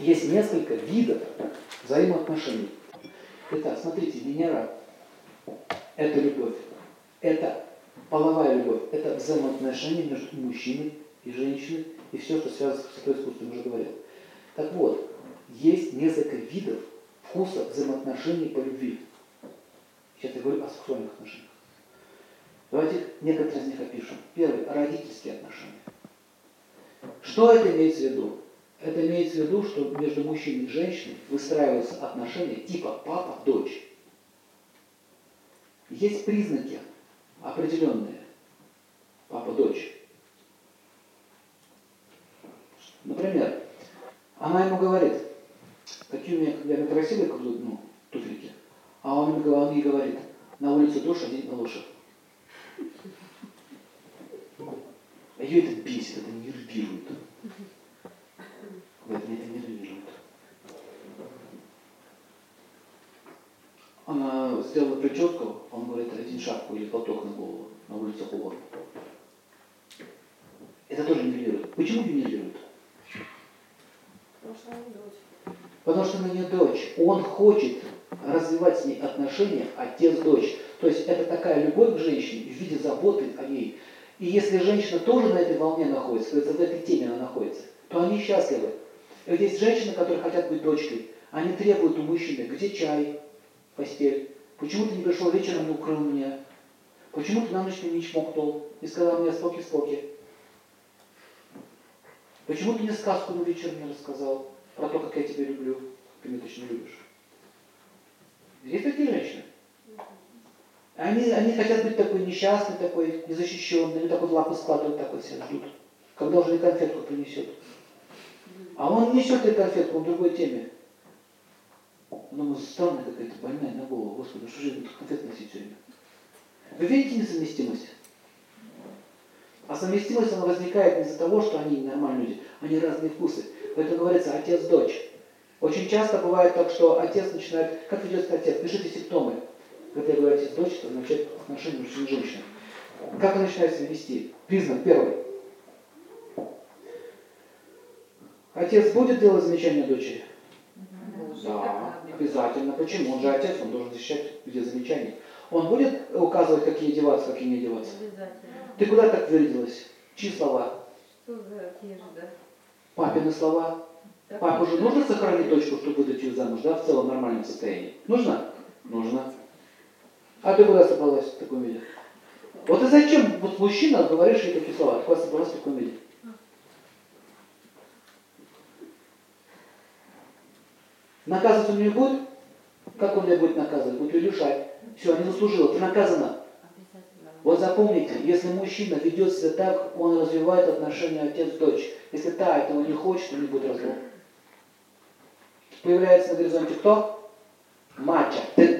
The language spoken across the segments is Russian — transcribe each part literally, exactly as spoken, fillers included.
Есть несколько видов взаимоотношений. Итак, смотрите, Венера – это любовь, это половая любовь, это взаимоотношения между мужчиной и женщиной, и все, что связано с святым искусством, я уже говорил. Так вот, есть несколько видов вкуса взаимоотношений по любви. Сейчас я говорю о сексуальных отношениях. Давайте некоторые из них опишем. Первый – родительские отношения. Что это имеется в виду? Это имеется в виду, что между мужчиной и женщиной выстраиваются отношения типа папа-дочь. Есть признаки определенные. Папа-дочь. Например, она ему говорит, какие у меня, я красивые ну, туфельки, а он, он ей говорит, на улице дождь, одень галоши. Ее это бесит, это нервирует. Говорит, меня это нервирует. Она сделала прическу, он говорит, одень шапку или платок на голову, на улице холодно. Это тоже нервирует. Почему ее нервирует? Потому что она не дочь. Потому что она не дочь. Он хочет развивать с ней отношения отец-дочь. То есть это такая любовь к женщине в виде заботы о ней. И если женщина тоже на этой волне находится, в этой теме она находится, то они счастливы. И вот есть женщины, которые хотят быть дочкой. Они требуют у мужчины, где чай, постель. Почему ты не пришел вечером, не укрыл меня? Почему ты на ночь не чмокнул? И сказал мне споки-споки. Почему ты мне сказку на вечер не рассказал про то, как я тебя люблю? Ты меня точно любишь. Есть такие женщины. Они, они хотят быть такой несчастной, такой незащищенной, они так вот лапы складывают, так вот себя ждут. Когда уже конфетку принесет. А он несет эту конфетку в другой теме. Ну, странная какая-то, больная на голову. Господи, что же я буду конфет носить все время? Вы видите несовместимость? А совместимость, она возникает не из-за того, что они нормальные люди, они разные вкусы. Поэтому говорится отец-дочь. Очень часто бывает так, что отец начинает, как ведет себя отец, пишите симптомы. Когда я говорю отец-дочь, это означает отношения мужчины и женщины. Как он начинает себя вести? Признак первый. Отец будет делать замечания дочери? Да, обязательно. Почему? Он же отец, он должен защищать, где замечания. Он будет указывать, какие одеваться, какие не одеваться? Обязательно. Ты куда так вырядилась? Чьи слова? Что за одежда? Папины слова. Так, Папу же нужно сохранить дочку, чтобы выдать ее замуж, да, в целом нормальном состоянии? Нужно? Нужно. А ты куда собралась в таком виде? Вот и зачем вот мужчина говоришь ей такие слова? Ты куда собралась в таком виде? Наказывать он ее будет? Как он ее будет наказывать? Будет ее лишать. Все, не заслужила, ты наказана. Вот запомните, если мужчина ведет себя так, он развивает отношения отец-дочь. Если та этого не хочет, то не будет развода. Появляется на горизонте кто? Мачо.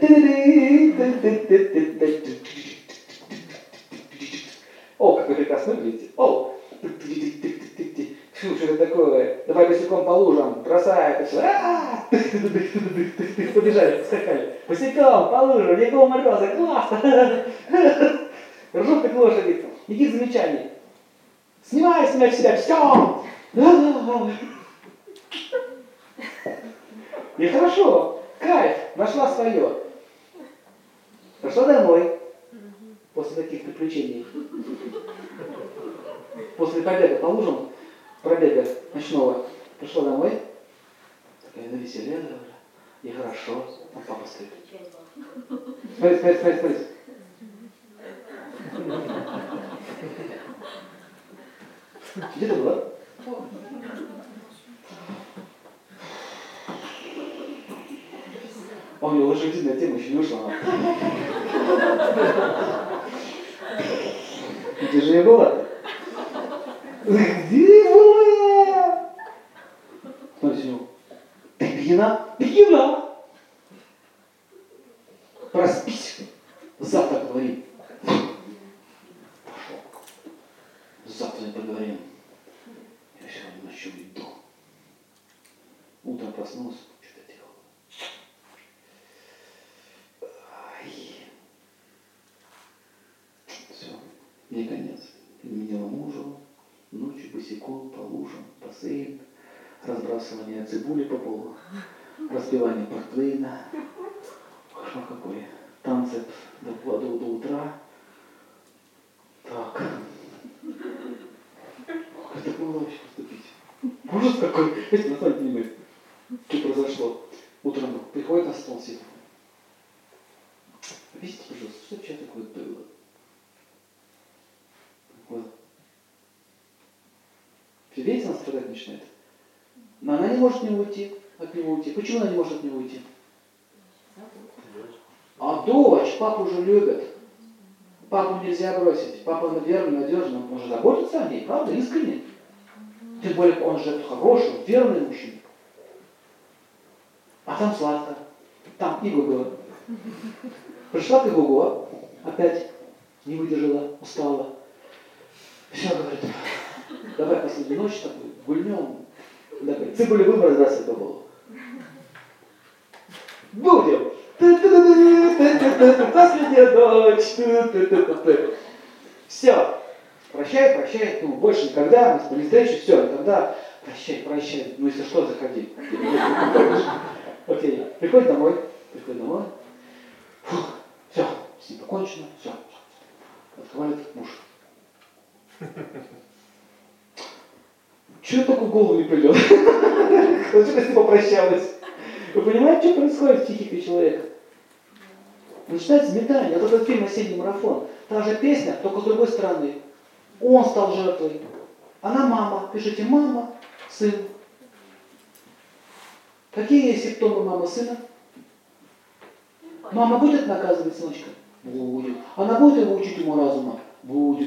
О, как вы прекрасно выглядите. О, фу, что это такое? Давай босиком по лужам, бросай это все. Побежали, скакали. Босиком по лужам, никакого мороза, классно. Ржут как лошади. Никаких замечаний. Снимай, снимай себя, все. И хорошо, кайф, нашла свое. Пошла домой. После таких приключений. После побега по лужам, пробега ночного, пришла домой. Такая на веселье, и хорошо. А папа стоит. Смотри, смотри, смотри, смотри. Где ты была? А у него лошадиная тема еще не ушла. Где же я была? Где я была? Смотрите, ну. Ты пьяна? Пьяна! Проспись. Завтра поговорим. Пошел. Завтра не поговорим. Я сегодня ночью иду. Утром проснулся, что-то делал. Все, мне конец. Изменила мужу, ночью босиком по лужам, бассейн, разбрасывал разбрасывание цибули по полу, распивание портвейна. Кошмар какой. Танцы до, до, до утра. Так. Как так могло вообще поступить? Ужас какой. Знаете, на самом деле, что произошло? Утром приходит на стол, сидит. Объясните, пожалуйста, что вообще такое было? Вот. Все, видите, она страдать начинает. Но она не может от него уйти, от него уйти. Почему она не может от него уйти? А дочь, папу уже любит. Папу нельзя бросить. Папа верный, надежный, он же заботится о ней, правда, искренне. Тем более он же хороший, верный мужчина. А там сладко. Там Иго было. Пришла к Игого, опять не выдержала, устала. Все, говорит, давай последнюю ночь такой, гульнем. Давай, цибули выбор разбрасывай по голову. Будем! Последняя ночь! Все. Прощай, прощай, ну больше никогда, мы не встречи, все, никогда. Прощай, прощай, ну если что, заходи. Окей, приходит домой, приходит домой. Фух, все, с ним покончено, все. Открывает муж. Чего такое в голову не придет? Что с ним попрощалась? Вы понимаете, что происходит в психике человека? Начинается метание. Вот этот фильм «Осенний марафон». Та же песня, только с другой стороны. Он стал жертвой. Она мама. Пишите «мама», «сын». Какие есть симптомы мамы сына? Мама будет наказывать сыночка? Будет. Она будет его учить ему разума? Будет.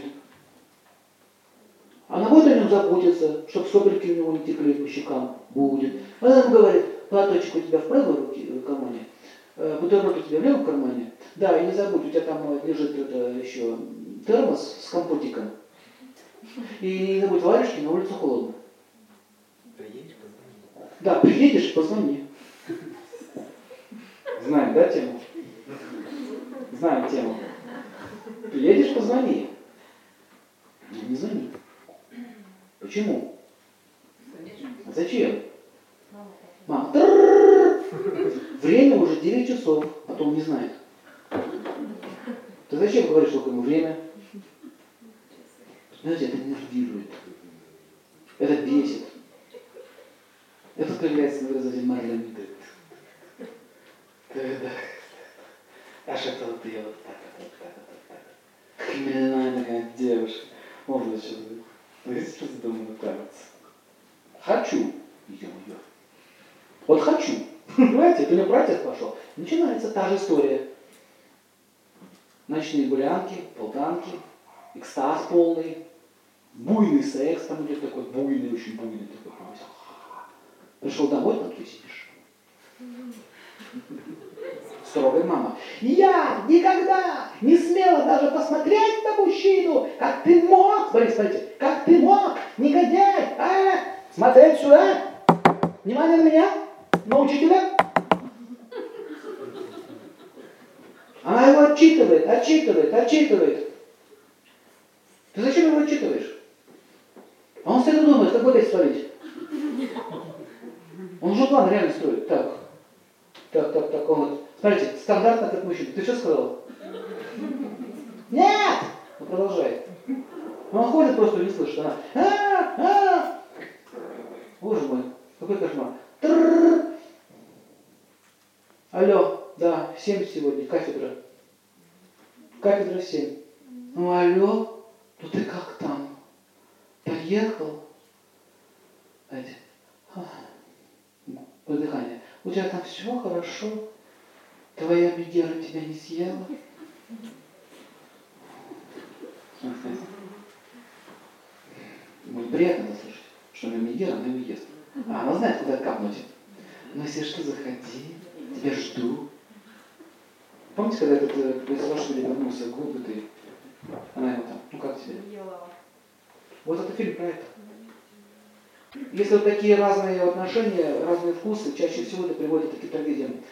Она будет о нем заботиться, чтобы сопельки у него не текли по щекам? Будет. Она ему говорит: платочек у тебя в правой руке, в кармане, бутерброд у тебя в левом кармане. Да, и не забудь, у тебя там лежит это еще термос с компотиком. И не забудь варежки, на улице холодно. Приедешь, позвони. Да, приедешь, позвони. Знаем, да, тему? Знаем тему. Приедешь, позвони. Не, не звони. Почему? Зачем? Мама, время уже девять часов, а то он не знает. Ты зачем говоришь, сколько ему время? Знаете, это нервирует. Это бесит. Это появляется на выразитель Марлен. Аж это вот я вот так, вот так, вот так. Криминальная такая девушка. Он значит, вы что задумано кажется? Хочу. Ё-моё. Вот хочу. Понимаете, это у меня братец пошел. Начинается та же история. Ночные гулянки, полтанки, экстаз полный, буйный секс там идет такой, буйный, очень буйный такой. Пришел домой, там ты сидишь. Строгая мама. Я никогда не смела даже посмотреть на мужчину, как ты мог, смотрите, смотрите, как ты мог, негодяй, а, смотреть сюда, внимание на меня, на учителя. Она его отчитывает, отчитывает, отчитывает. Ты зачем его отчитываешь? А он всегда думает, как будет свалить. Он уже план реально строит. Так, так, так, так, он вот. Смотрите, стандартно как мужчина. Ты что сказал? Нет! Он продолжает. Он ходит, просто не слышит. Она. А, а. Боже мой, какой кошмар. Трррр. Алло, да, семь сегодня, кафедра. Кафедра семь. Ну алло, ну ты как там? Поехал? Знаете, выдыхание. У тебя там все хорошо? Твоя Мегера тебя не съела? Мой бред надо слышать, что она Мегера, она его ест. А она знает, куда капнуть. Ну если что, заходи, тебя жду. Помните, когда этот из лошади вернулся, глупый, она его там, ну как тебе? Вот это фильм про это. Если вот такие разные отношения, разные вкусы, чаще всего это приводит к таким трагедиям.